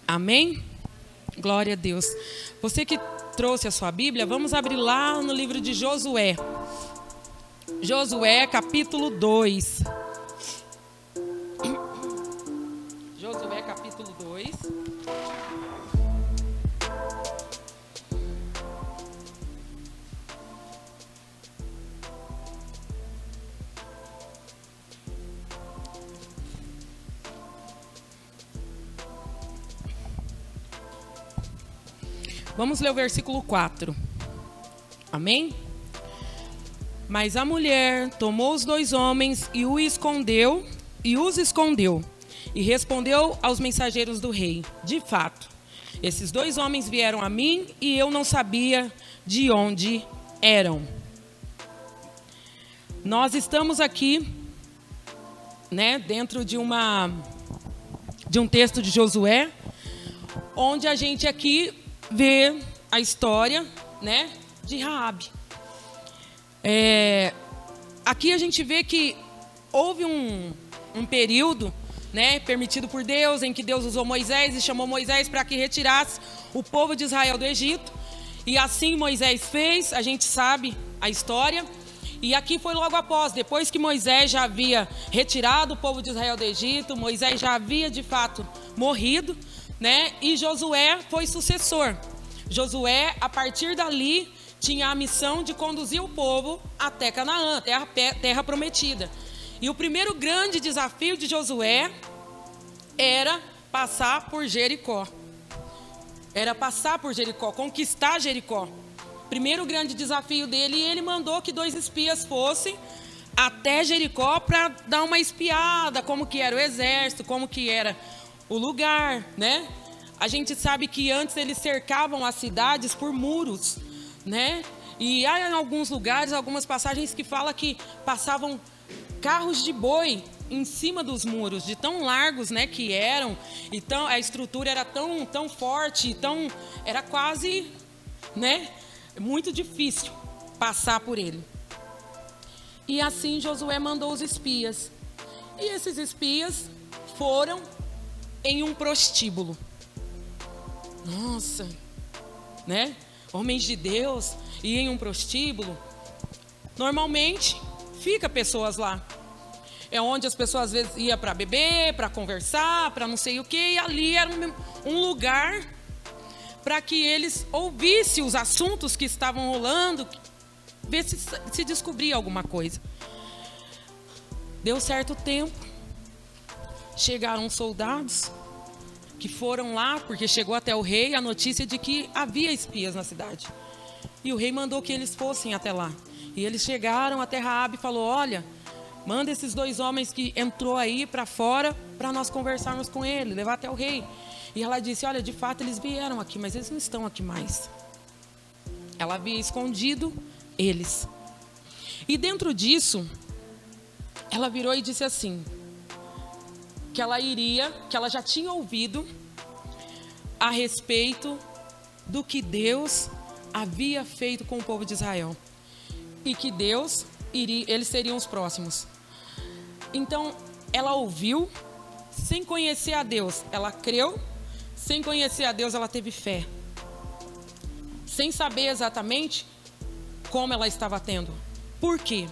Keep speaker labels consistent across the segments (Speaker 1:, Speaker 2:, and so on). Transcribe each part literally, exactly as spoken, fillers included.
Speaker 1: Amém? Glória a Deus. Você que trouxe a sua Bíblia, vamos abrir lá no livro de Josué. Josué, capítulo dois. Josué, capítulo dois. Vamos ler o versículo quatro. Amém? Mas a mulher tomou os dois homens e o escondeu, e os escondeu, e respondeu aos mensageiros do rei: de fato, esses dois homens vieram a mim e eu não sabia de onde eram. Nós estamos aqui, né, dentro de uma de um texto de Josué, onde a gente aqui vê a história, né, de Raabe. É, aqui a gente vê que houve um, um período, né, permitido por Deus, em que Deus usou Moisés e chamou Moisés para que retirasse o povo de Israel do Egito. E assim Moisés fez, a gente sabe a história. E aqui foi logo após, depois que Moisés já havia retirado o povo de Israel do Egito, Moisés já havia de fato morrido, né? E Josué foi sucessor. Josué, a partir dali, tinha a missão de conduzir o povo até Canaã, terra, terra prometida. E o primeiro grande desafio de Josué era passar por Jericó. Era passar por Jericó, conquistar Jericó. Primeiro grande desafio dele, e ele mandou que dois espias fossem até Jericó para dar uma espiada, como que era o exército, como que era o lugar, né? A gente sabe que antes eles cercavam as cidades por muros, né? E há em alguns lugares, algumas passagens que fala que passavam carros de boi em cima dos muros, de tão largos, né, que eram. Então a estrutura era tão, tão forte, tão, era quase, né, muito difícil passar por ele. E assim Josué mandou os espias. E esses espias foram em um prostíbulo. Nossa, né? Homens de Deus e em um prostíbulo. Normalmente fica pessoas lá. É onde as pessoas às vezes iam para beber, para conversar, para não sei o quê. E ali era um, um lugar para que eles ouvissem os assuntos que estavam rolando, ver se, se descobria alguma coisa. Deu certo tempo. Chegaram soldados que foram lá, porque chegou até o rei a notícia de que havia espias na cidade. E o rei mandou que eles fossem até lá. E eles chegaram até Raabe e falou: olha, manda esses dois homens que entrou aí para fora para nós conversarmos com ele, levar até o rei. E ela disse: olha, de fato eles vieram aqui, mas eles não estão aqui mais. Ela havia escondido eles. E dentro disso, ela virou e disse assim, que ela iria, que ela já tinha ouvido a respeito do que Deus havia feito com o povo de Israel. E que Deus iria, eles seriam os próximos. Então, ela ouviu, sem conhecer a Deus, ela creu, sem conhecer a Deus, ela teve fé. Sem saber exatamente como ela estava tendo. Por quê?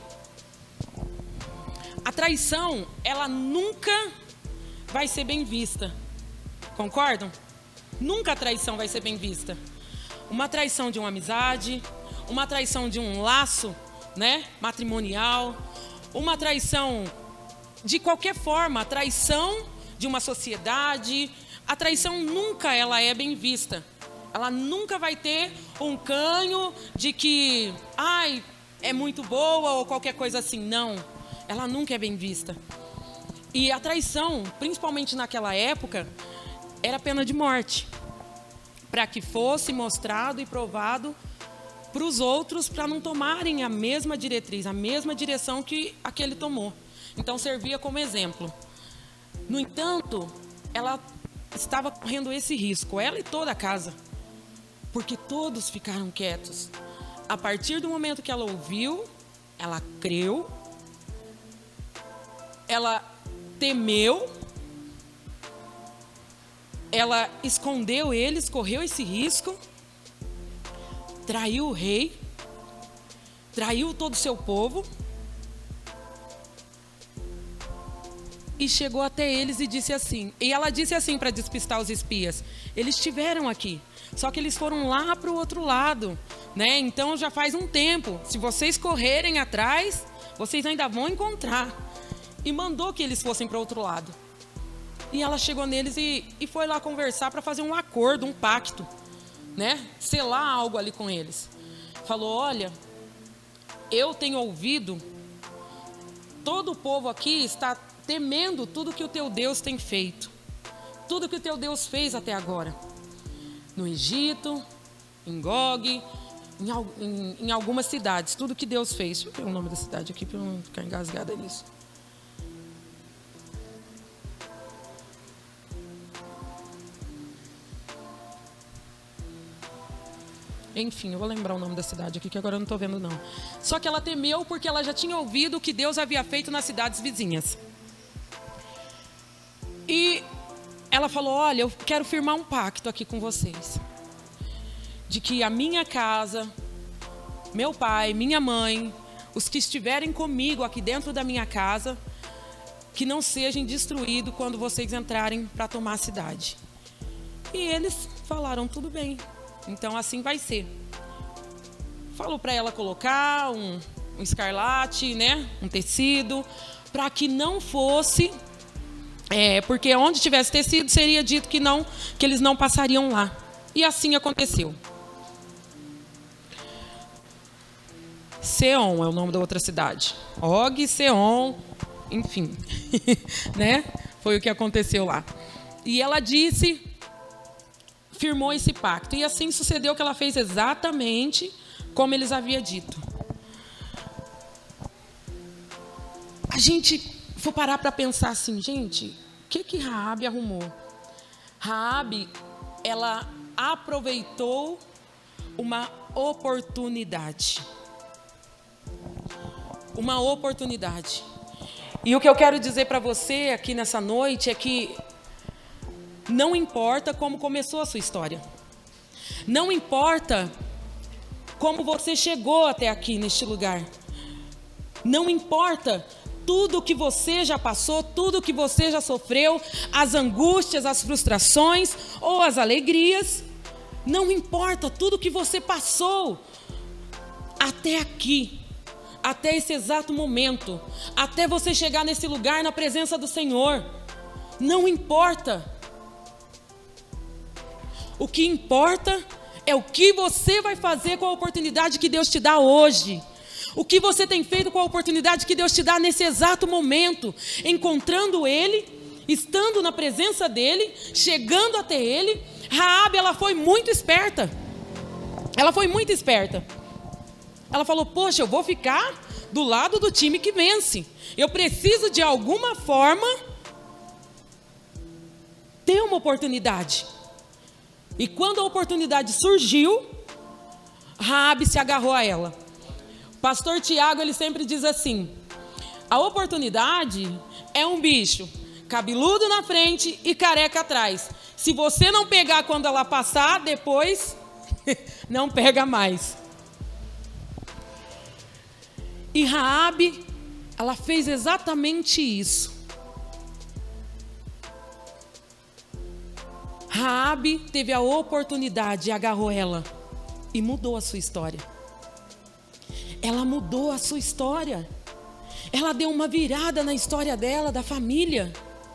Speaker 1: A traição, ela nunca vai ser bem vista. Concordam? Nunca a traição vai ser bem vista. Uma traição de uma amizade, uma traição de um laço, né, matrimonial, uma traição de qualquer forma, a traição de uma sociedade, a traição nunca ela é bem vista. Ela nunca vai ter um canho de que, ai, é muito boa ou qualquer coisa assim. Não, ela nunca é bem vista. E a traição, principalmente naquela época, era pena de morte. Para que fosse mostrado e provado para os outros, para não tomarem a mesma diretriz, a mesma direção que aquele tomou. Então servia como exemplo. No entanto, ela estava correndo esse risco, ela e toda a casa, porque todos ficaram quietos. A partir do momento que ela ouviu, ela creu, ela temeu, ela escondeu eles, correu esse risco, traiu o rei, traiu todo o seu povo e chegou até eles e disse assim, e ela disse assim para despistar os espias, eles estiveram aqui, só que eles foram lá para o outro lado, né? Então já faz um tempo, se vocês correrem atrás, vocês ainda vão encontrar. E mandou que eles fossem para o outro lado. E ela chegou neles e, e foi lá conversar para fazer um acordo, um pacto, né? Selar algo ali com eles. Falou, olha, eu tenho ouvido, todo o povo aqui está temendo tudo que o teu Deus tem feito. Tudo que o teu Deus fez até agora. No Egito, em Gog, em, em, em algumas cidades. Tudo que Deus fez. Deixa eu ver o nome da cidade aqui para eu não ficar engasgada nisso. Enfim, eu vou lembrar o nome da cidade aqui, que agora eu não estou vendo não. Só que ela temeu porque ela já tinha ouvido o que Deus havia feito nas cidades vizinhas. E ela falou, olha, eu quero firmar um pacto aqui com vocês. De que a minha casa, meu pai, minha mãe, os que estiverem comigo aqui dentro da minha casa, que não sejam destruídos quando vocês entrarem para tomar a cidade. E eles falaram, tudo bem. Então assim vai ser. Falou para ela colocar um, um escarlate, né? Um tecido, para que não fosse, é, porque onde tivesse tecido seria dito que não, que eles não passariam lá. E assim aconteceu. Seom é o nome da outra cidade. Og, Seom, enfim, né? Foi o que aconteceu lá. E ela disse, firmou esse pacto. E assim sucedeu que ela fez exatamente como eles haviam dito. A gente for parar para pensar assim, gente, o que que Raabe arrumou? Raabe, ela aproveitou uma oportunidade. Uma oportunidade. E o que eu quero dizer para você aqui nessa noite é que não importa como começou a sua história. Não importa como você chegou até aqui neste lugar. Não importa tudo que você já passou, tudo que você já sofreu, as angústias, as frustrações ou as alegrias. Não importa tudo que você passou até aqui, até esse exato momento, até você chegar nesse lugar na presença do Senhor. Não importa. O que importa é o que você vai fazer com a oportunidade que Deus te dá hoje. O que você tem feito com a oportunidade que Deus te dá nesse exato momento, encontrando Ele, estando na presença dEle, chegando até Ele. Raabe, ela foi muito esperta. Ela foi muito esperta. Ela falou, poxa, eu vou ficar do lado do time que vence. Eu preciso de alguma forma ter uma oportunidade. E quando a oportunidade surgiu, Raabe se agarrou a ela. O pastor Tiago, ele sempre diz assim, a oportunidade é um bicho, cabeludo na frente e careca atrás. Se você não pegar quando ela passar, depois não pega mais. E Raabe, ela fez exatamente isso. Raabe teve a oportunidade e agarrou ela e mudou a sua história. Ela mudou a sua história. Ela deu uma virada na história dela, da família,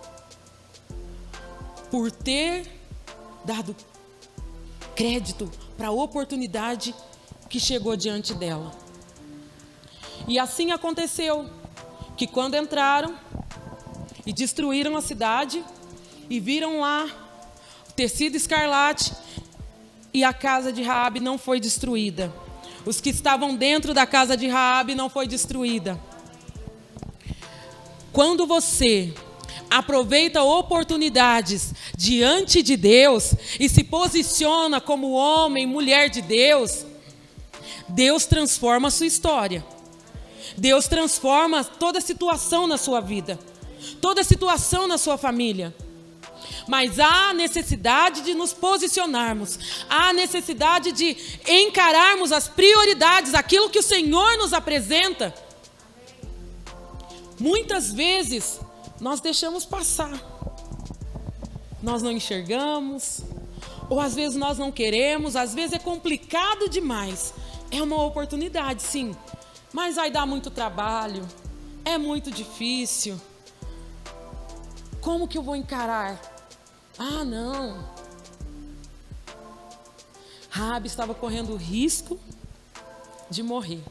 Speaker 1: por ter dado crédito para a oportunidade que chegou diante dela. E assim aconteceu, que quando entraram e destruíram a cidade e viram lá o tecido escarlate, e a casa de Raabe não foi destruída. Os que estavam dentro da casa de Raabe não foi destruída. Quando você aproveita oportunidades diante de Deus e se posiciona como homem, mulher de Deus, Deus transforma a sua história. Deus transforma toda situação na sua vida, toda situação na sua família. Mas há necessidade de nos posicionarmos, há necessidade de encararmos as prioridades, aquilo que o Senhor nos apresenta. Muitas vezes nós deixamos passar, nós não enxergamos, ou às vezes nós não queremos, às vezes é complicado demais. É uma oportunidade, sim, mas vai dar muito trabalho, é muito difícil. Como que eu vou encarar? Ah, não. Raabe estava correndo risco de morrer.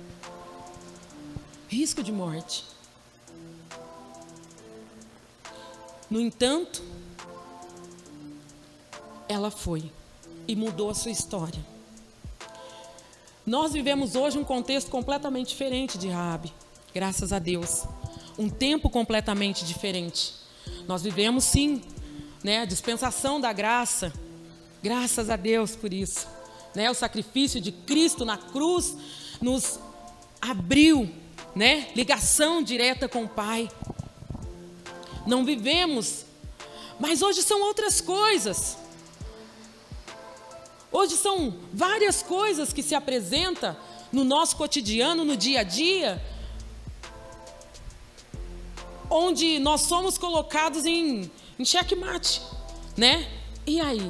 Speaker 1: Risco de morte. No entanto, ela foi e mudou a sua história. Nós vivemos hoje um contexto completamente diferente de Raabe, graças a Deus. Um tempo completamente diferente. Nós vivemos, sim, né, a dispensação da graça, graças a Deus por isso. Né, o sacrifício de Cristo na cruz nos abriu, né, ligação direta com o Pai. Não vivemos, mas hoje são outras coisas. Hoje são várias coisas que se apresentam no nosso cotidiano, no dia a dia, onde nós somos colocados em, em xeque-mate, né? E aí?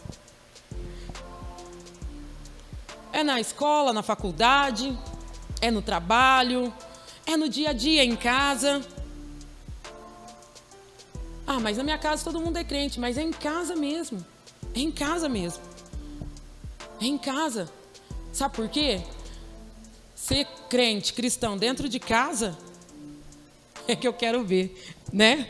Speaker 1: É na escola, na faculdade, é no trabalho, é no dia a dia, em casa. Ah, mas na minha casa todo mundo é crente, mas é em casa mesmo, é em casa mesmo, é em casa. Sabe por quê? Ser crente, cristão dentro de casa é que eu quero ver, né?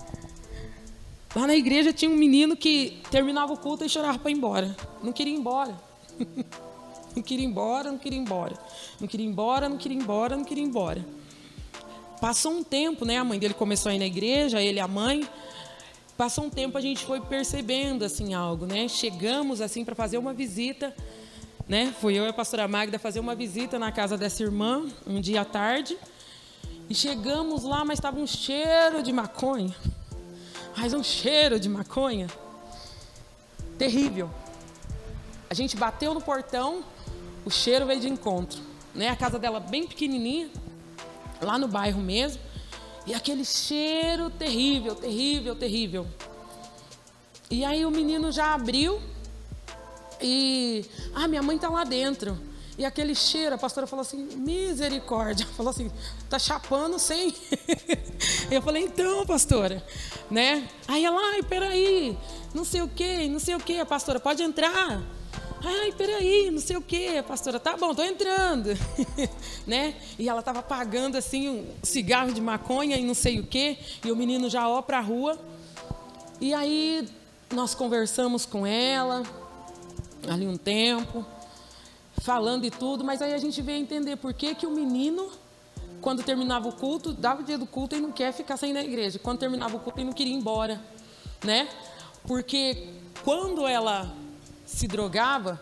Speaker 1: Lá na igreja tinha um menino que terminava o culto e chorava para ir embora. Não queria ir embora. Não queria ir embora, não queria ir embora. Não queria ir embora, não queria ir embora, não queria ir embora. Passou um tempo, né? A mãe dele começou a ir na igreja, ele e a mãe. Passou um tempo, a gente foi percebendo assim algo, né? Chegamos assim para fazer uma visita, né? Fui eu e a pastora Magda fazer uma visita na casa dessa irmã, um dia à tarde. E chegamos lá, mas estava um cheiro de maconha. Mas um cheiro de maconha terrível. A gente bateu no portão, o cheiro veio de encontro, né? A casa dela bem pequenininha, lá no bairro mesmo. E aquele cheiro terrível, terrível, terrível. E aí o menino já abriu e... Ah, minha mãe tá lá dentro. E aquele cheiro, a pastora falou assim, misericórdia. Falou assim, tá chapando sem... Eu falei, então, pastora, né? Aí ela, ai, peraí, não sei o quê, não sei o quê. A pastora, pode entrar. Ai, peraí, não sei o quê. A pastora, tá bom, tô entrando. Né? E ela tava apagando assim um cigarro de maconha e não sei o quê. E o menino já ó pra rua. E aí nós conversamos com ela, ali um tempo, falando e tudo, mas aí a gente veio entender por que que o menino, quando terminava o culto, dava o dia do culto e não quer ficar sem ir na igreja. Quando terminava o culto, ele não queria ir embora, né? Porque quando ela se drogava,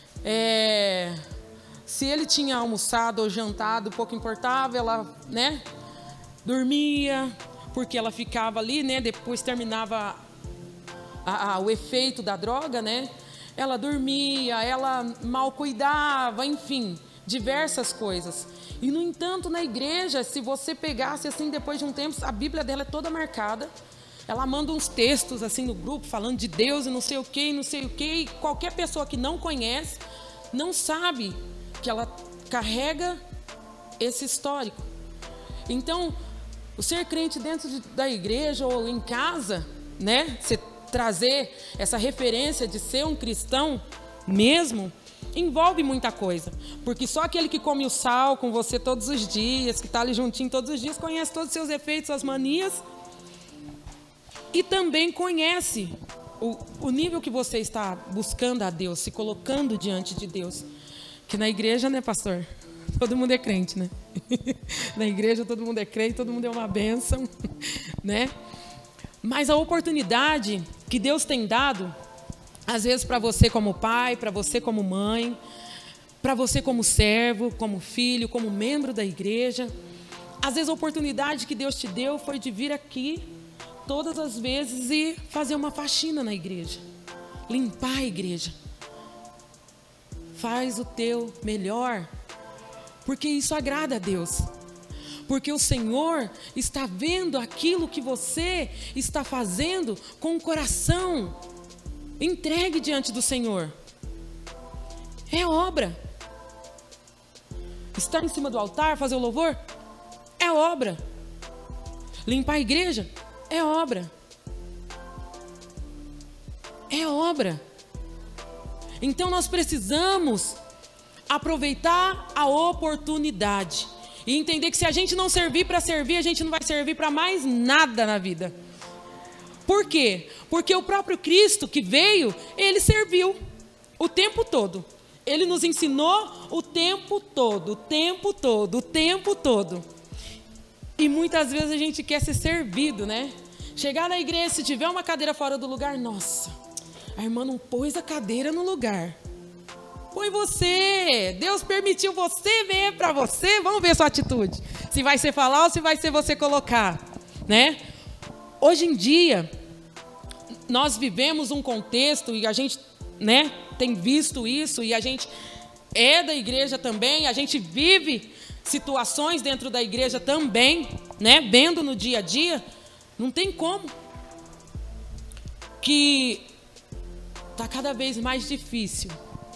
Speaker 1: é, se ele tinha almoçado ou jantado, pouco importava, ela, né, dormia, porque ela ficava ali, né, depois terminava a, a, o efeito da droga, né? Ela dormia, ela mal cuidava, enfim, diversas coisas. E, no entanto, na igreja, se você pegasse assim, depois de um tempo, a Bíblia dela é toda marcada. Ela manda uns textos assim no grupo, falando de Deus e não sei o que, e não sei o que. E qualquer pessoa que não conhece, não sabe que ela carrega esse histórico. Então, o ser crente dentro de, da igreja ou em casa, né? Você trazer essa referência de ser um cristão mesmo, envolve muita coisa. Porque só aquele que come o sal com você todos os dias, que está ali juntinho todos os dias, conhece todos os seus efeitos, suas manias. E também conhece o, o nível que você está buscando a Deus, se colocando diante de Deus. Que na igreja, né, pastor? Todo mundo é crente, né? Na igreja todo mundo é crente, todo mundo é uma bênção, né? Mas a oportunidade que Deus tem dado, às vezes para você como pai, para você como mãe, para você como servo, como filho, como membro da igreja, às vezes a oportunidade que Deus te deu foi de vir aqui todas as vezes ir fazer uma faxina na igreja, limpar a igreja. Faz o teu melhor, porque isso agrada a Deus. Porque o Senhor está vendo aquilo que você está fazendo com o coração entregue diante do Senhor. É obra. Estar em cima do altar, fazer o louvor, é obra. Limpar a igreja, é obra. É obra. Então nós precisamos aproveitar a oportunidade e entender que se a gente não servir para servir, a gente não vai servir para mais nada na vida. Por quê? Porque o próprio Cristo que veio, ele serviu o tempo todo. Ele nos ensinou o tempo todo, o tempo todo, o tempo todo. E muitas vezes a gente quer ser servido, né? Chegar na igreja, se tiver uma cadeira fora do lugar, nossa, a irmã não pôs a cadeira no lugar. Põe você. Deus permitiu você ver para você. Vamos ver sua atitude. Se vai ser falar ou se vai ser você colocar, né? Hoje em dia, nós vivemos um contexto e a gente, né, tem visto isso e a gente é da igreja também, a gente vive situações dentro da igreja também, né, vendo no dia a dia, não tem como. Que está cada vez mais difícil.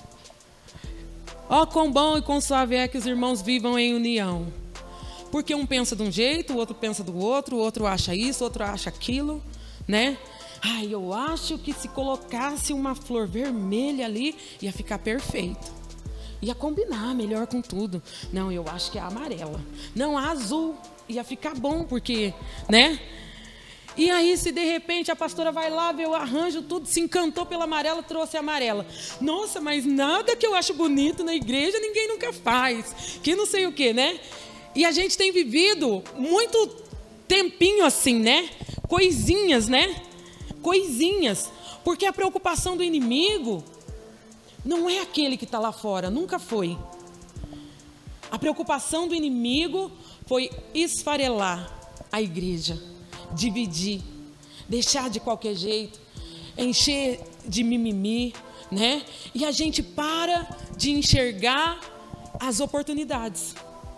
Speaker 1: Ó, oh, quão bom e quão suave é que os irmãos vivam em união. Porque um pensa de um jeito, o outro pensa do outro, o outro acha isso, o outro acha aquilo, né? Ai, eu acho que se colocasse uma flor vermelha ali, ia ficar perfeito. Ia combinar melhor com tudo. Não, eu acho que é a amarela. Não, a azul. Ia ficar bom, porque, né? E aí, se de repente a pastora vai lá, vê o arranjo, tudo, se encantou pela amarela, trouxe a amarela. Nossa, mas nada que eu acho bonito na igreja, ninguém nunca faz. Que não sei o quê, né? E a gente tem vivido muito tempinho assim, né? Coisinhas, né? Coisinhas. Porque a preocupação do inimigo não é aquele que está lá fora, nunca foi. A preocupação do inimigo foi esfarelar a igreja. Dividir, deixar de qualquer jeito, encher de mimimi, né? E a gente para de enxergar as oportunidades.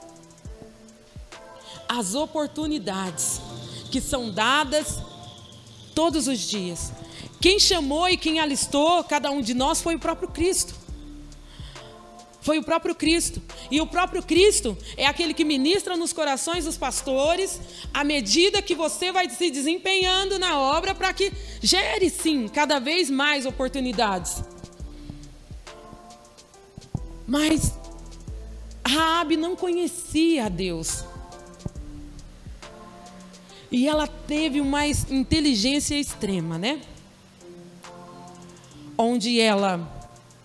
Speaker 1: As oportunidades que são dadas todos os dias. Quem chamou e quem alistou cada um de nós foi o próprio Cristo. Foi o próprio Cristo. E o próprio Cristo é aquele que ministra nos corações dos pastores à medida que você vai se desempenhando na obra para que gere, sim, cada vez mais oportunidades. Mas Raabe não conhecia a Deus. E ela teve uma inteligência extrema, né? Onde ela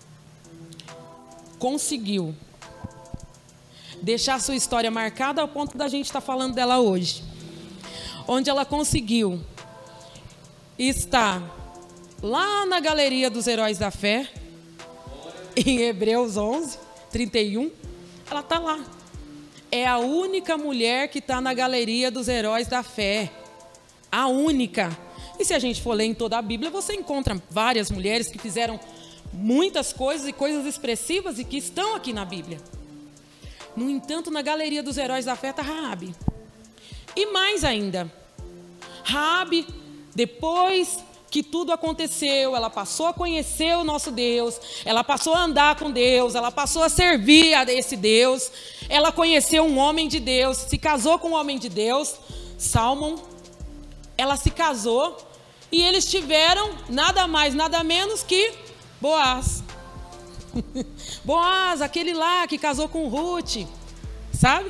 Speaker 1: conseguiu deixar sua história marcada ao ponto da gente estar falando dela hoje. Onde ela conseguiu estar lá na galeria dos heróis da fé, em Hebreus onze, trinta e um, ela está lá. É a única mulher que está na galeria dos heróis da fé. A única. E se a gente for ler em toda a Bíblia, você encontra várias mulheres que fizeram muitas coisas e coisas expressivas e que estão aqui na Bíblia. No entanto, na galeria dos heróis da fé está Raabe. E mais ainda, Raabe, depois que tudo aconteceu, ela passou a conhecer o nosso Deus, ela passou a andar com Deus, ela passou a servir a esse Deus, ela conheceu um homem de Deus, se casou com um homem de Deus, Salmão, ela se casou e eles tiveram nada mais, nada menos que Boaz. Boaz, aquele lá que casou com Ruth, sabe?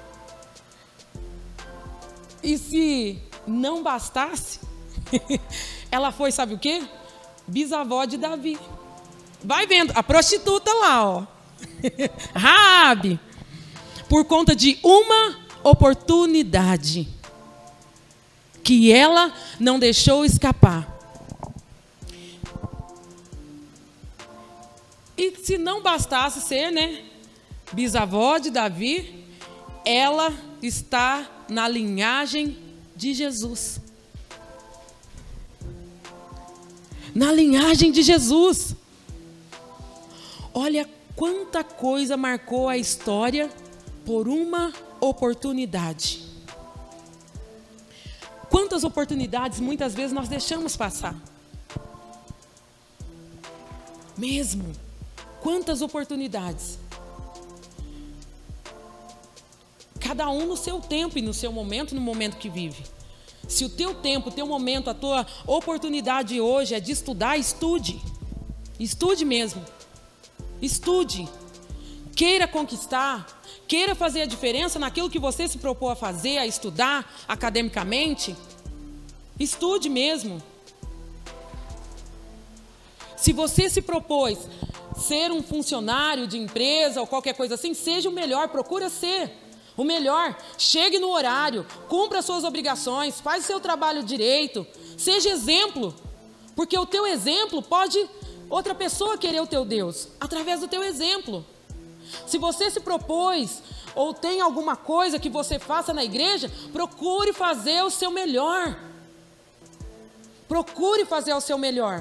Speaker 1: E se não bastasse, ela foi, sabe o quê? Bisavó de Davi. Vai vendo, a prostituta lá, ó. Raabe, por conta de uma oportunidade que ela não deixou escapar. E se não bastasse ser, né, bisavó de Davi, ela está na linhagem de Jesus. na linhagem de Jesus. Olha quanta coisa marcou a história por uma oportunidade. Quantas oportunidades muitas vezes nós deixamos passar? Mesmo. Quantas oportunidades? Cada um no seu tempo e no seu momento, no momento que vive. Se o teu tempo, o teu momento, a tua oportunidade hoje é de estudar, estude. Estude mesmo. Estude. Queira conquistar, queira fazer a diferença naquilo que você se propôs a fazer, a estudar academicamente. Estude mesmo. Se você se propôs ser um funcionário de empresa ou qualquer coisa assim, seja o melhor, procura ser o melhor. Chegue no horário, cumpra as suas obrigações, faz o seu trabalho direito, seja exemplo. Porque o teu exemplo pode outra pessoa querer o teu Deus, através do teu exemplo. Se você se propôs ou tem alguma coisa que você faça na igreja, procure fazer o seu melhor. Procure fazer o seu melhor.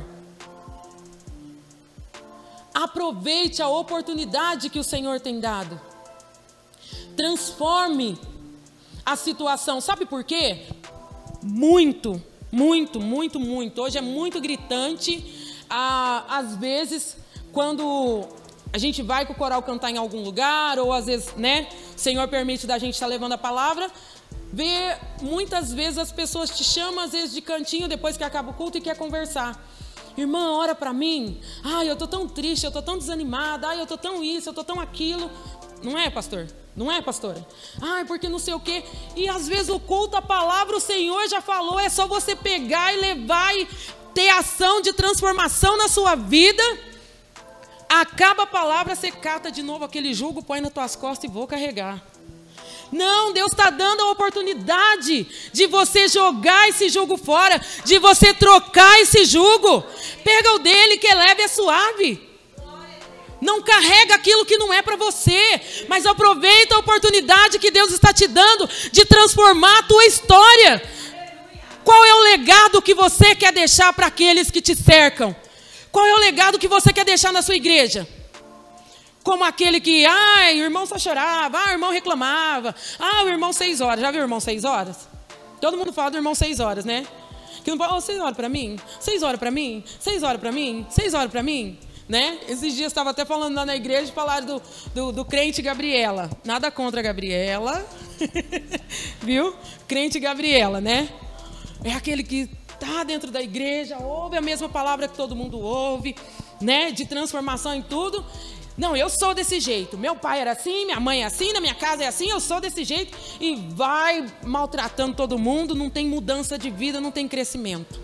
Speaker 1: Aproveite a oportunidade que o Senhor tem dado. Transforme a situação. Sabe por quê? Muito, muito, muito, muito. Hoje é muito gritante. Ah, às vezes, quando a gente vai com o coral cantar em algum lugar, ou às vezes, né, o Senhor permite da gente estar levando a palavra, vê, muitas vezes as pessoas te chamam, às vezes de cantinho, depois que acaba o culto e quer conversar. Irmã, ora para mim. Ai, eu tô tão triste, eu tô tão desanimada. Ai, eu tô tão isso, eu tô tão aquilo. Não é, pastor? Não é, pastora? Ai, porque não sei o quê. E às vezes o culto, a palavra, o Senhor já falou. É só você pegar e levar e ter ação de transformação na sua vida. Acaba a palavra, você cata de novo aquele jugo, põe nas tuas costas e vou carregar. Não, Deus está dando a oportunidade de você jogar esse jugo fora, de você trocar esse jugo. Pega o dele, que é leve e é suave. Não carrega aquilo que não é para você, mas aproveita a oportunidade que Deus está te dando de transformar a tua história. Qual é o legado que você quer deixar para aqueles que te cercam? Qual é o legado que você quer deixar na sua igreja? Como aquele que, ah, o irmão só chorava, ah, o irmão reclamava, ah, o irmão seis horas. Já viu o irmão seis horas? Todo mundo fala do irmão seis horas, né? Que não fala, oh, seis horas para mim, seis horas para mim, seis horas para mim, seis horas para mim, né? Esses dias estava até falando lá na igreja, falaram do, do, do crente Gabriela. Nada contra a Gabriela, viu? Crente Gabriela, né? É aquele que está dentro da igreja, ouve a mesma palavra que todo mundo ouve, né? De transformação em tudo. Não, eu sou desse jeito. Meu pai era assim, minha mãe é assim, na minha casa é assim, eu sou desse jeito. E vai maltratando todo mundo, não tem mudança de vida, não tem crescimento.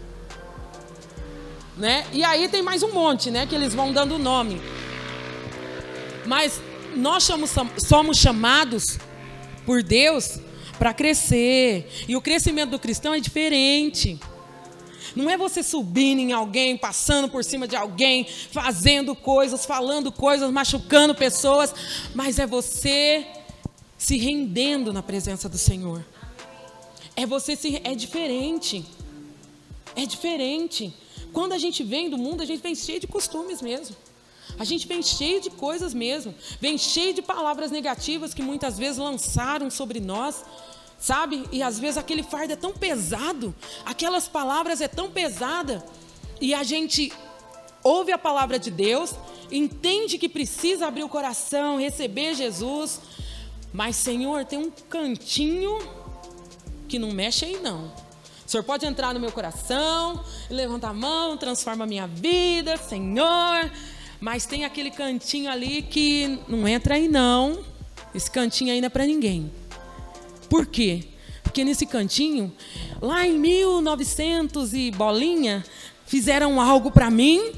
Speaker 1: Né? E aí tem mais um monte, né? Que eles vão dando nome. Mas nós somos, somos chamados por Deus para crescer. E o crescimento do cristão é diferente. Não é você subindo em alguém, passando por cima de alguém, fazendo coisas, falando coisas, machucando pessoas, mas é você se rendendo na presença do Senhor. É você se é diferente. É diferente. Quando a gente vem do mundo, a gente vem cheio de costumes mesmo. A gente vem cheio de coisas mesmo. Vem cheio de palavras negativas que muitas vezes lançaram sobre nós. Sabe? E às vezes aquele fardo é tão pesado, aquelas palavras é tão pesada, e a gente ouve a palavra de Deus, entende que precisa abrir o coração, receber Jesus, mas Senhor, tem um cantinho que não mexe aí não. O Senhor pode entrar no meu coração, levanta a mão, transforma a minha vida, Senhor, mas tem aquele cantinho ali que não entra aí não, esse cantinho aí não é para ninguém. Por quê? Porque nesse cantinho, lá em mil e novecentos e bolinha, fizeram algo para mim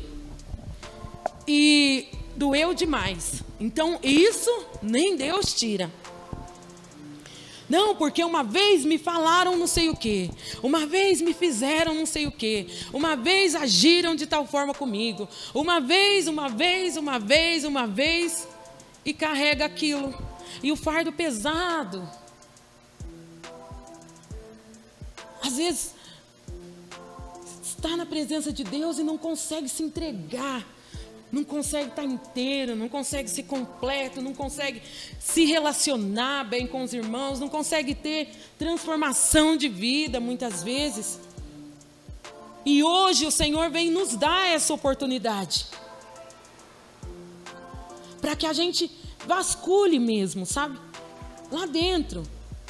Speaker 1: e doeu demais. Então isso nem Deus tira. Não, porque uma vez me falaram não sei o quê, uma vez me fizeram não sei o quê, uma vez agiram de tal forma comigo, uma vez, uma vez, uma vez, uma vez, e carrega aquilo. E o fardo pesado. Às vezes, está na presença de Deus e não consegue se entregar, não consegue estar inteiro, não consegue ser completo, não consegue se relacionar bem com os irmãos, não consegue ter transformação de vida muitas vezes. E hoje o Senhor vem nos dar essa oportunidade, para que a gente vasculhe mesmo, sabe? Lá dentro.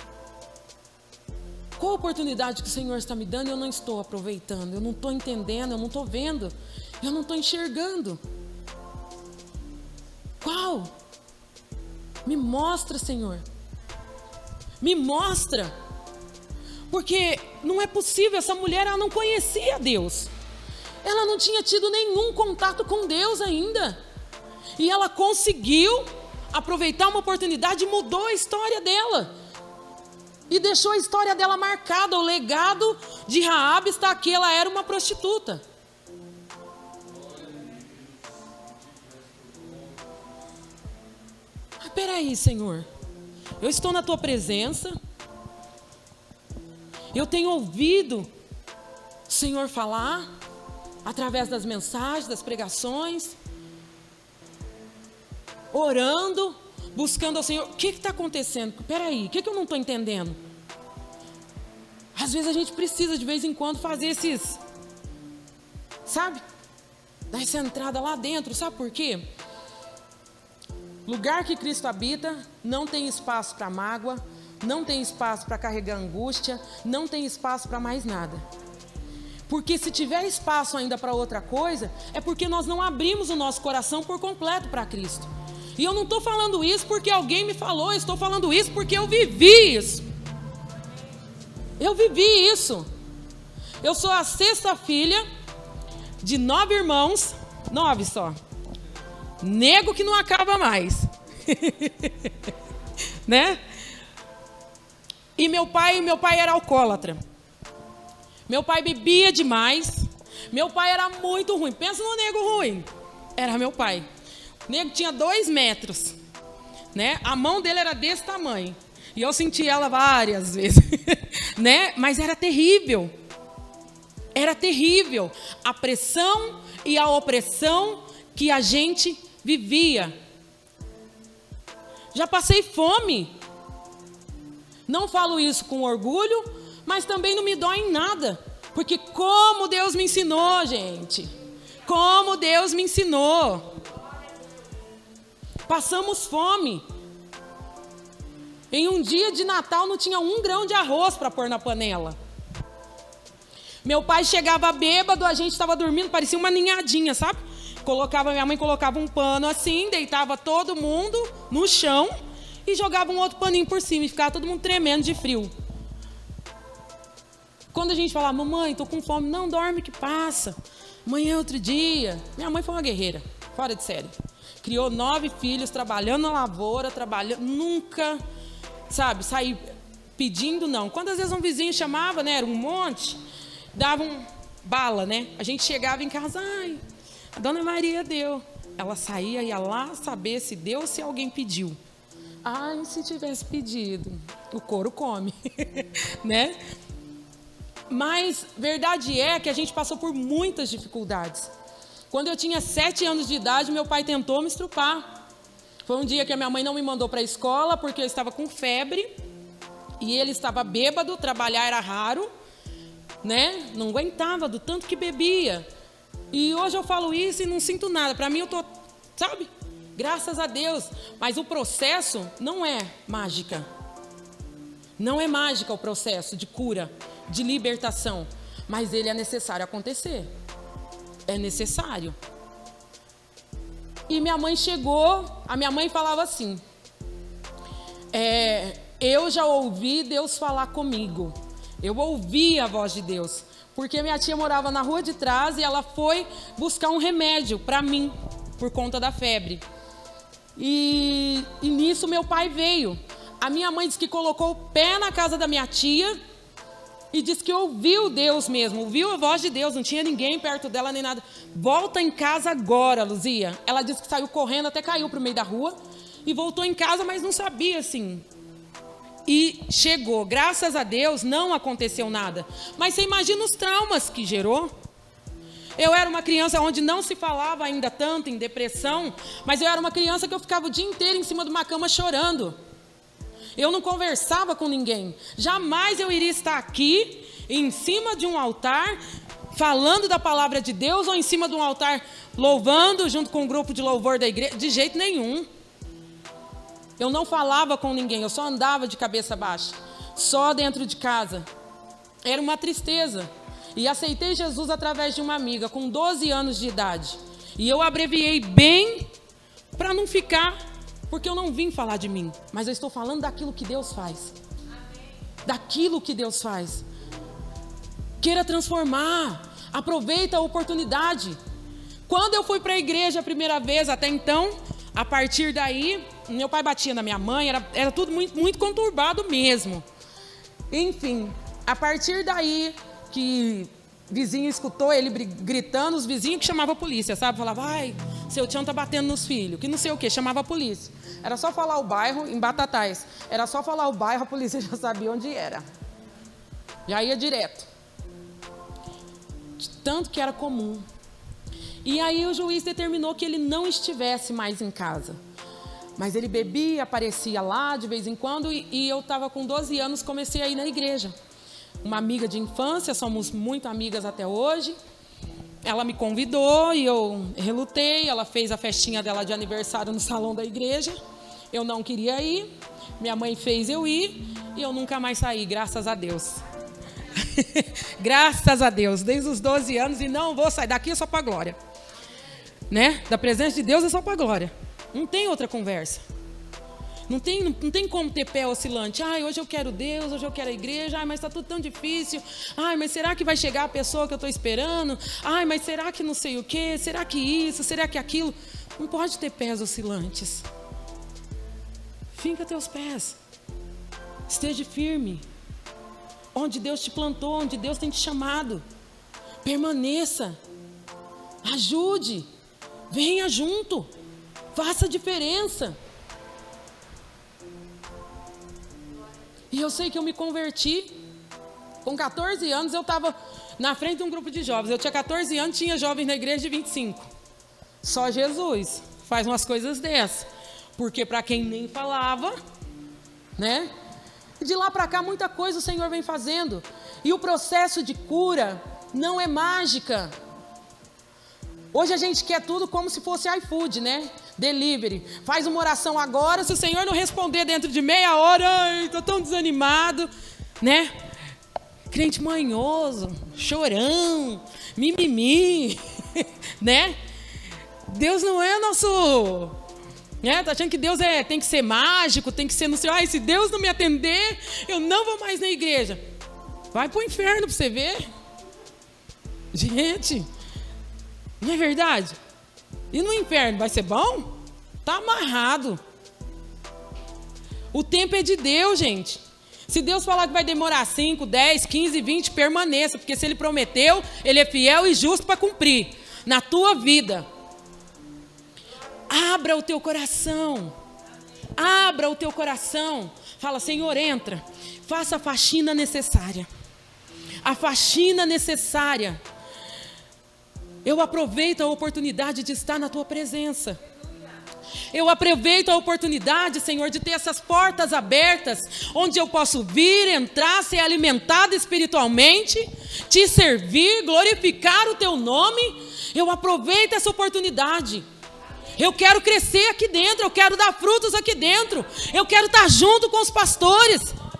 Speaker 1: Qual a oportunidade que o Senhor está me dando e eu não estou aproveitando? Eu não estou entendendo, eu não estou vendo, eu não estou enxergando. Qual? Me mostra, Senhor. Me mostra. Porque não é possível, essa mulher ela não conhecia Deus. Ela não tinha tido nenhum contato com Deus ainda. E ela conseguiu aproveitar uma oportunidade e mudou a história dela. E deixou a história dela marcada. O legado de Raabe está aqui, ela era uma prostituta. Mas peraí, Senhor. Eu estou na tua presença. Eu tenho ouvido o Senhor falar através das mensagens, das pregações, orando, buscando ao Senhor. O que está acontecendo? Espera aí, o que, que eu não estou entendendo? Às vezes a gente precisa de vez em quando fazer esses, sabe? Dar essa entrada lá dentro, sabe por quê? Lugar que Cristo habita não tem espaço para mágoa, não tem espaço para carregar angústia, não tem espaço para mais nada. Porque se tiver espaço ainda para outra coisa, é porque nós não abrimos o nosso coração por completo para Cristo. E eu não estou falando isso porque alguém me falou, eu estou falando isso porque eu vivi isso. Eu vivi isso. Eu sou a sexta filha de nove irmãos, nove só. Nego que não acaba mais. Né? E meu pai, meu pai era alcoólatra. Meu pai bebia demais. Meu pai era muito ruim. Pensa no nego ruim. Era meu pai. O nego tinha dois metros, né? A mão dele era desse tamanho. E eu senti ela várias vezes, né? Mas era terrível. Era terrível. A pressão e a opressão que a gente vivia. Já passei fome. Não falo isso com orgulho, mas também não me dói em nada. Porque como Deus me ensinou, gente. Como Deus me ensinou. Passamos fome. Em um dia de Natal não tinha um grão de arroz para pôr na panela. Meu pai chegava bêbado, a gente estava dormindo, parecia uma ninhadinha, sabe? Colocava, minha mãe colocava um pano assim, deitava todo mundo no chão e jogava um outro paninho por cima e ficava todo mundo tremendo de frio. Quando a gente falava, mamãe, tô com fome, não, dorme que passa. Amanhã é outro dia. Minha mãe foi uma guerreira, fora de série. Criou nove filhos, trabalhando na lavoura, trabalhando, nunca, sabe, sair pedindo, não. Quantas vezes um vizinho chamava, né, era um monte, davam bala, né? A gente chegava em casa, ai, a dona Maria deu. Ela saía, ia lá saber se deu ou se alguém pediu. Ai, se tivesse pedido, o couro come, né? Mas verdade é que a gente passou por muitas dificuldades. Quando eu tinha sete anos de idade, meu pai tentou me estrupar. Foi um dia que a minha mãe não me mandou para a escola porque eu estava com febre e ele estava bêbado, trabalhar era raro, né? Não aguentava do tanto que bebia. E hoje eu falo isso e não sinto nada. Para mim eu tô, sabe? Graças a Deus. Mas o processo não é mágica. Não é mágica o processo de cura, de libertação. Mas ele é necessário acontecer. É necessário. E minha mãe chegou, a minha mãe falava assim, é, eu já ouvi Deus falar comigo. Eu ouvi a voz de Deus. Porque minha tia morava na rua de trás e ela foi buscar um remédio para mim, por conta da febre. E, e nisso meu pai veio. A minha mãe disse que colocou o pé na casa da minha tia e disse que ouviu Deus mesmo, ouviu a voz de Deus, não tinha ninguém perto dela nem nada. Volta em casa agora, Luzia. Ela disse que saiu correndo, até caiu para o meio da rua e voltou em casa, mas não sabia assim. E chegou, graças a Deus, não aconteceu nada. Mas você imagina os traumas que gerou? Eu era uma criança onde não se falava ainda tanto em depressão, mas eu era uma criança que eu ficava o dia inteiro em cima de uma cama chorando. Eu não conversava com ninguém. Jamais eu iria estar aqui, em cima de um altar, falando da palavra de Deus, ou em cima de um altar louvando, junto com um grupo de louvor da igreja. De jeito nenhum. Eu não falava com ninguém, eu só andava de cabeça baixa. Só dentro de casa. Era uma tristeza. E aceitei Jesus através de uma amiga, com doze anos de idade. E eu abreviei bem para não ficar, porque eu não vim falar de mim, mas eu estou falando daquilo que Deus faz. Daquilo que Deus faz. Queira transformar. Aproveita a oportunidade. Quando eu fui para a igreja a primeira vez, até então, a partir daí, meu pai batia na minha mãe, era, era tudo muito, muito conturbado mesmo. Enfim, a partir daí que vizinho escutou ele gritando, os vizinhos que chamavam a polícia, sabe? Falava, ai, seu tchão tá batendo nos filhos, que não sei o que, chamava a polícia. Era só falar o bairro, em Batatais, era só falar o bairro, a polícia já sabia onde era. Já ia direto. De tanto que era comum. E aí o juiz determinou que ele não estivesse mais em casa. Mas ele bebia, aparecia lá de vez em quando, e, e eu estava com doze anos, comecei a ir na igreja. Uma amiga de infância, somos muito amigas até hoje. Ela me convidou e eu relutei. Ela fez a festinha dela de aniversário no salão da igreja. Eu não queria ir. Minha mãe fez eu ir e eu nunca mais saí, graças a Deus. Graças a Deus, desde os doze anos, e não vou sair daqui, é só para a glória. Né? Da presença de Deus é só para a glória. Não tem outra conversa. Não tem, não, não tem como ter pé oscilante. Ai, hoje eu quero Deus, hoje eu quero a igreja. Ai, mas está tudo tão difícil. Ai, mas será que vai chegar a pessoa que eu estou esperando? Ai, mas será que não sei o quê? Será que isso? Será que aquilo? Não pode ter pés oscilantes. Finca teus pés. Esteja firme. Onde Deus te plantou, onde Deus tem te chamado. Permaneça. Ajude. Venha junto. Faça a diferença. E eu sei que eu me converti. Com quatorze anos eu estava na frente de um grupo de jovens. Eu tinha quatorze anos, tinha jovens na igreja de vinte e cinco. Só Jesus faz umas coisas dessas. Porque para quem nem falava, né? De lá para cá muita coisa o Senhor vem fazendo. E o processo de cura não é mágica. Hoje a gente quer tudo como se fosse iFood, né? Delivery. Faz uma oração agora, se o Senhor não responder dentro de meia hora, ai, tô tão desanimado, né? Crente manhoso, chorão, mimimi, né? Deus não é nosso... Né? Tá achando que Deus é, tem que ser mágico, tem que ser no céu. Ai, se Deus não me atender, eu não vou mais na igreja. Vai pro inferno para você ver. Gente, não é verdade? E no inferno vai ser bom? Tá amarrado. O tempo é de Deus, gente. Se Deus falar que vai demorar cinco, dez, quinze, vinte, permaneça. Porque se Ele prometeu, Ele é fiel e justo para cumprir na tua vida. Abra o teu coração. Abra o teu coração. Fala, Senhor, entra. Faça a faxina necessária. A faxina necessária. Eu aproveito a oportunidade de estar na tua presença. Eu aproveito a oportunidade, Senhor, de ter essas portas abertas, onde eu posso vir, entrar, ser alimentado espiritualmente, te servir, glorificar o teu nome. Eu aproveito essa oportunidade. Eu quero crescer aqui dentro, eu quero dar frutos aqui dentro. Eu quero estar junto com os pastores.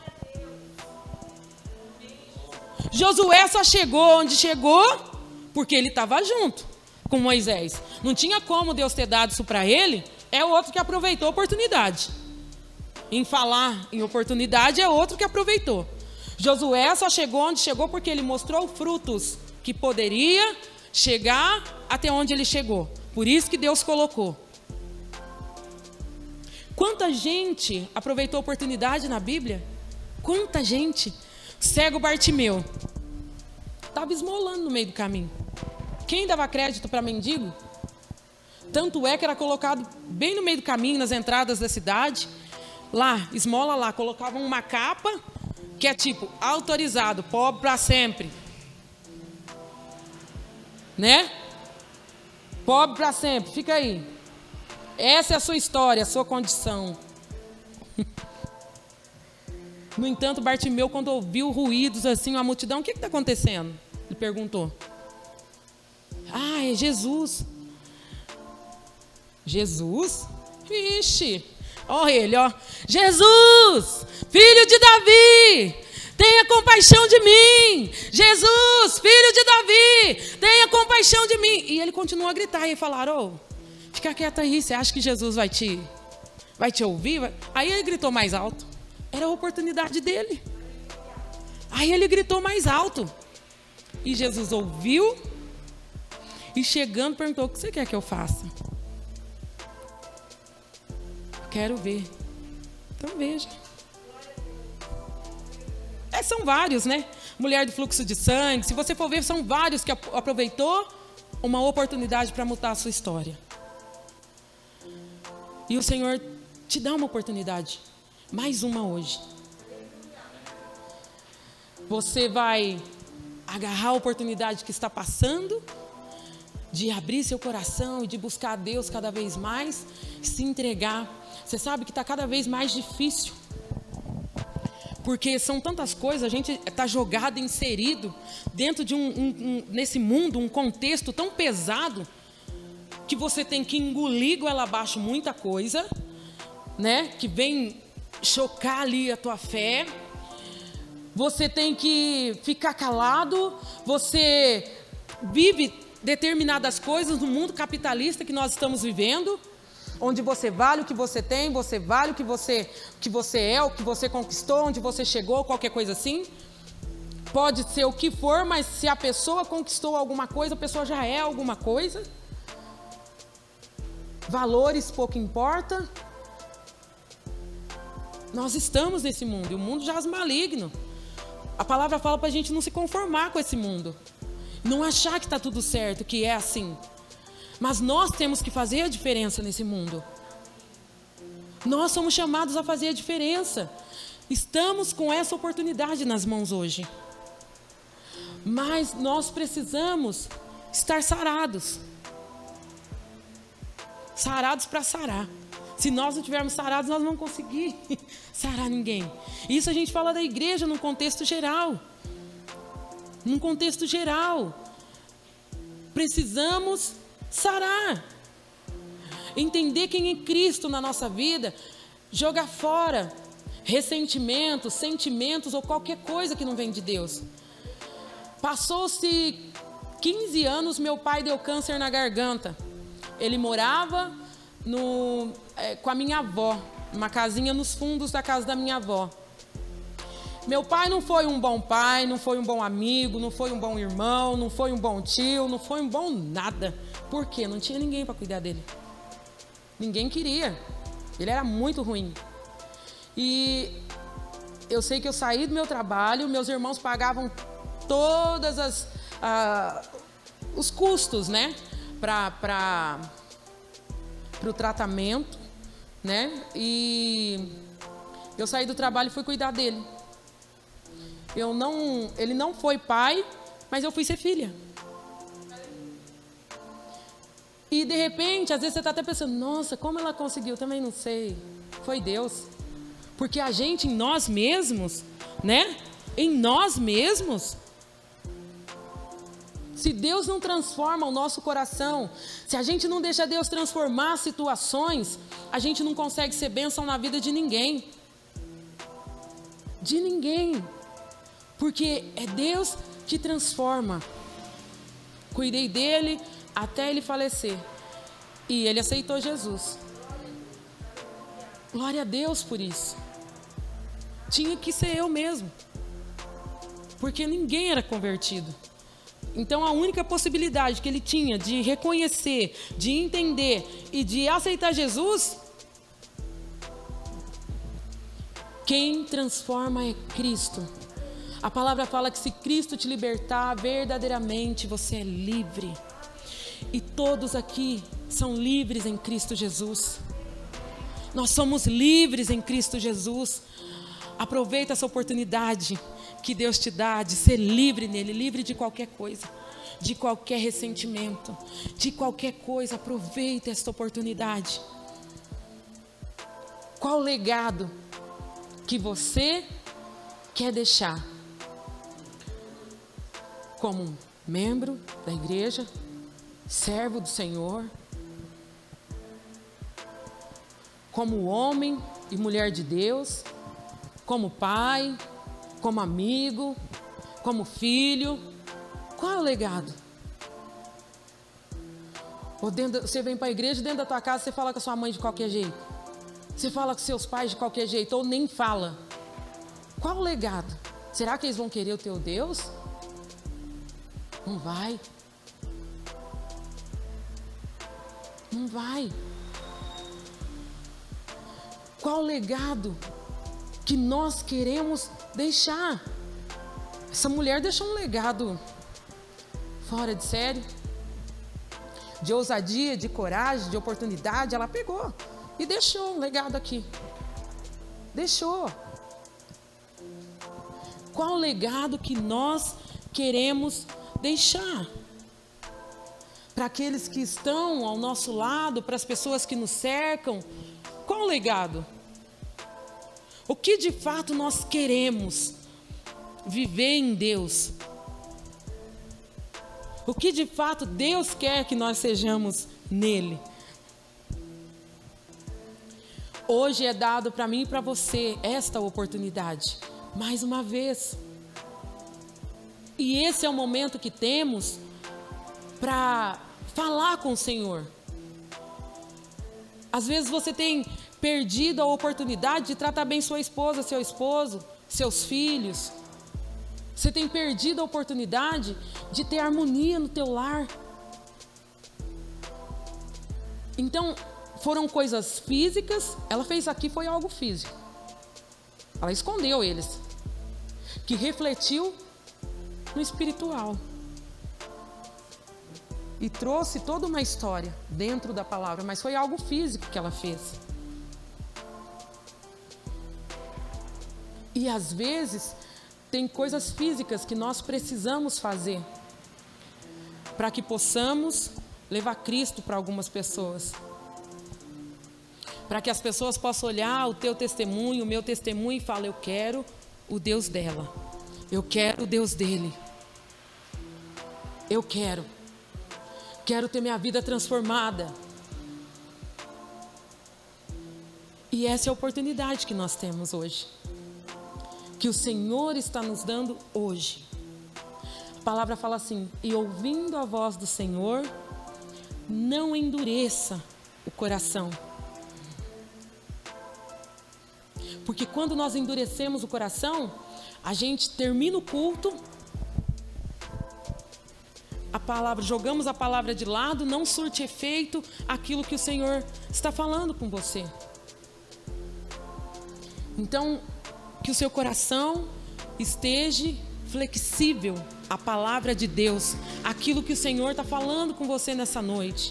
Speaker 1: Josué só chegou onde chegou porque ele estava junto com Moisés. Não tinha como Deus ter dado isso para ele. É outro que aproveitou a oportunidade. Em falar em oportunidade, é outro que aproveitou. Josué só chegou onde chegou porque ele mostrou frutos que poderia chegar até onde ele chegou. Por isso que Deus colocou. Quanta gente aproveitou a oportunidade na Bíblia? Quanta gente? Cego Bartimeu estava esmolando no meio do caminho. Quem dava crédito para mendigo? Tanto é que era colocado bem no meio do caminho, nas entradas da cidade. Lá, esmola lá, colocavam uma capa que é tipo, autorizado, pobre para sempre. né? Pobre para sempre, fica aí. Essa é a sua história, a sua condição. No entanto, Bartimeu, quando ouviu ruídos assim, uma multidão, o que está acontecendo? Ele perguntou. Ah, é Jesus. Jesus? Vixe, ó ele, ó. Jesus, filho de Davi, tenha compaixão de mim. Jesus, filho de Davi, tenha compaixão de mim. E ele continuou a gritar e falaram, ô, fica quieto aí, você acha que Jesus vai te, vai te ouvir? Aí ele gritou mais alto. Era a oportunidade dele. Aí ele gritou mais alto. E Jesus ouviu e chegando perguntou, o que você quer que eu faça? Quero ver. Então veja. É, são vários, né? Mulher do fluxo de sangue. Se você for ver, são vários que aproveitou uma oportunidade para mudar a sua história. E o Senhor te dá uma oportunidade. Mais uma hoje. Você vai agarrar a oportunidade que está passando, de abrir seu coração e de buscar a Deus cada vez mais, se entregar. Você sabe que está cada vez mais difícil. Porque são tantas coisas, a gente está jogado, inserido dentro de um, um, um, nesse mundo, um contexto tão pesado, que você tem que engolir goela abaixo muita coisa, né? Que vem chocar ali a tua fé. Você tem que ficar calado. Você vive determinadas coisas no mundo capitalista que nós estamos vivendo, onde você vale o que você tem, você vale o que você, que você é, o que você conquistou, onde você chegou, qualquer coisa assim. Pode ser o que for, mas se a pessoa conquistou alguma coisa, a pessoa já é alguma coisa. Valores pouco importa. Nós estamos nesse mundo, e o mundo jaz maligno. A palavra fala para a gente não se conformar com esse mundo. Não achar que está tudo certo, que é assim. Mas nós temos que fazer a diferença nesse mundo. Nós somos chamados a fazer a diferença. Estamos com essa oportunidade nas mãos hoje. Mas nós precisamos estar sarados. Sarados para sarar. Se nós não tivermos sarados, nós não vamos conseguir sarar ninguém. Isso a gente fala da igreja num contexto geral. Num contexto geral. Precisamos sarar. Entender quem é Cristo na nossa vida. Jogar fora ressentimentos, sentimentos ou qualquer coisa que não vem de Deus. Passou-se quinze anos, meu pai deu câncer na garganta. Ele morava no, é, com a minha avó, uma casinha nos fundos da casa da minha avó. Meu pai não foi um bom pai, não foi um bom amigo, não foi um bom irmão, não foi um bom tio, não foi um bom nada. Por quê? Não tinha ninguém para cuidar dele. Ninguém queria. Ele era muito ruim. E eu sei que eu saí do meu trabalho, meus irmãos pagavam todas as ah, os custos, né, para para para o tratamento, né? E eu saí do trabalho e fui cuidar dele. Eu não, ele não foi pai, mas eu fui ser filha. E de repente, às vezes você está até pensando, nossa, como ela conseguiu? Também não sei. Foi Deus. Porque a gente, em nós mesmos, né? Em nós mesmos, se Deus não transforma o nosso coração, se a gente não deixa Deus transformar situações, a gente não consegue ser bênção na vida de ninguém. De ninguém. Porque é Deus que transforma. Cuidei dele até ele falecer. E ele aceitou Jesus. Glória a Deus por isso. Tinha que ser eu mesmo. Porque ninguém era convertido. Então a única possibilidade que ele tinha de reconhecer, de entender e de aceitar Jesus, quem transforma é Cristo. A palavra fala que se Cristo te libertar, verdadeiramente você é livre. E todos aqui são livres em Cristo Jesus. Nós somos livres em Cristo Jesus. Aproveita essa oportunidade que Deus te dá de ser livre nele, livre de qualquer coisa. de qualquer ressentimento, de qualquer coisa. Aproveita esta oportunidade. Qual legado que você quer deixar como membro da igreja, servo do Senhor, como homem e mulher de Deus, como pai, como amigo, como filho? Qual é o legado? Ou dentro, você vem para a igreja, dentro da tua casa você fala com a sua mãe de qualquer jeito, você fala com seus pais de qualquer jeito, ou nem fala. Qual o legado? Será que eles vão querer o teu Deus? Não vai. Não vai. Qual o legado que nós queremos deixar? Essa mulher deixou um legado fora de série, de ousadia, de coragem, de oportunidade. Ela pegou e deixou um legado aqui. Deixou. Qual o legado que nós queremos deixar? Para aqueles que estão ao nosso lado, para as pessoas que nos cercam, qual o legado? O que de fato nós queremos viver em Deus? O que de fato Deus quer que nós sejamos nele? Hoje é dado para mim e para você esta oportunidade, mais uma vez. E esse é o momento que temos para falar com o Senhor. Às vezes você tem perdido a oportunidade de tratar bem sua esposa, seu esposo, seus filhos. Você tem perdido a oportunidade de ter harmonia no teu lar. Então, foram coisas físicas. Ela fez aqui, foi algo físico. Ela escondeu eles, que refletiu no espiritual. E trouxe toda uma história dentro da palavra, mas foi algo físico que ela fez. E às vezes tem coisas físicas que nós precisamos fazer para que possamos levar Cristo para algumas pessoas. Para que as pessoas possam olhar o teu testemunho, o meu testemunho e falar: eu quero o Deus dela. Eu quero o Deus dele. Eu quero. Quero ter minha vida transformada. E essa é a oportunidade que nós temos hoje, que o Senhor está nos dando hoje. A palavra fala assim: e ouvindo a voz do Senhor, não endureça o coração. Porque quando nós endurecemos o coração, a gente termina o culto, a palavra, jogamos a palavra de lado, não surte efeito aquilo que o Senhor está falando com você. Então, que o seu coração esteja flexível à palavra de Deus, aquilo que o Senhor está falando com você nessa noite.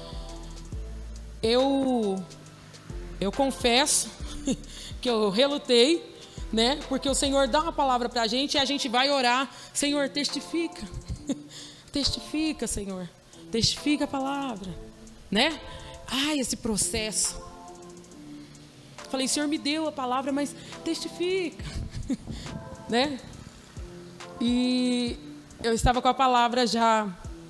Speaker 1: Eu, eu confesso que eu relutei, né? Porque o Senhor dá uma palavra para a gente e a gente vai orar: Senhor, testifica, testifica, Senhor, testifica a palavra, né? Ai, esse processo. Falei: Senhor, me deu a palavra, mas testifica, né? E eu estava com a palavra já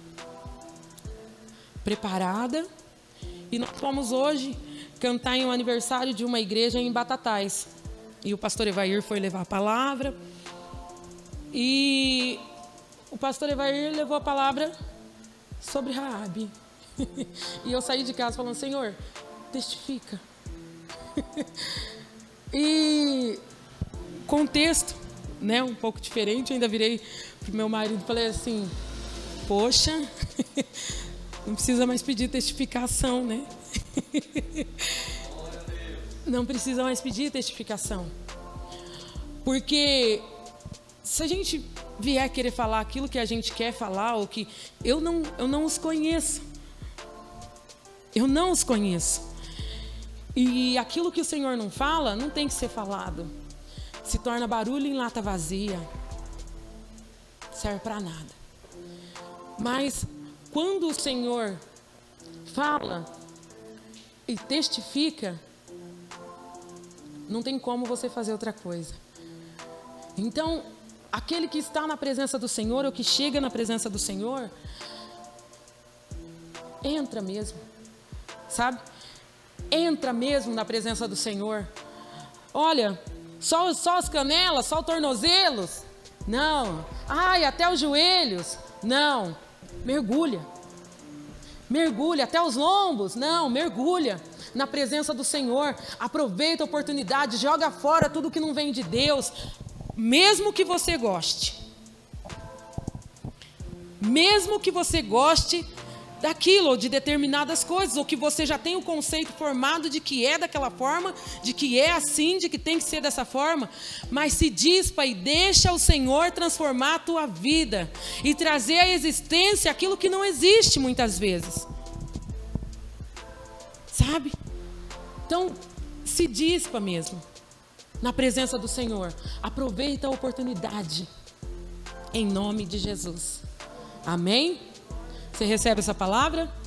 Speaker 1: preparada e nós fomos hoje cantar em um aniversário de uma igreja em Batatais. E o pastor Evair foi levar a palavra. E o pastor Evair levou a palavra sobre Raabe. E eu saí de casa falando: Senhor, testifica. E contexto, né, um pouco diferente. Eu ainda virei pro meu marido e falei assim: poxa, não precisa mais pedir testificação, né? Não precisa mais pedir testificação. Porque se a gente vier querer falar aquilo que a gente quer falar, ou que eu não, eu não os conheço. Eu não os conheço. E aquilo que o Senhor não fala, não tem que ser falado. Se torna barulho em lata vazia. Serve para nada. Mas quando o Senhor fala e testifica, não tem como você fazer outra coisa. Então, aquele que está na presença do Senhor, ou que chega na presença do Senhor, entra mesmo, sabe? Entra mesmo na presença do Senhor. Olha, só, só as canelas, só os tornozelos? Não. Ai, até os joelhos? Não. Mergulha. Mergulha. Até os lombos? Não, mergulha na presença do Senhor. Aproveita a oportunidade, joga fora tudo que não vem de Deus, mesmo que você goste. Mesmo que você goste daquilo, ou de determinadas coisas, ou que você já tem o conceito formado de que é daquela forma, de que é assim, de que tem que ser dessa forma, mas se dispa e deixa o Senhor transformar a tua vida e trazer à existência aquilo que não existe muitas vezes. Sabe? Então, se dispa mesmo na presença do Senhor. Aproveita a oportunidade em nome de Jesus. Amém? Você recebe essa palavra?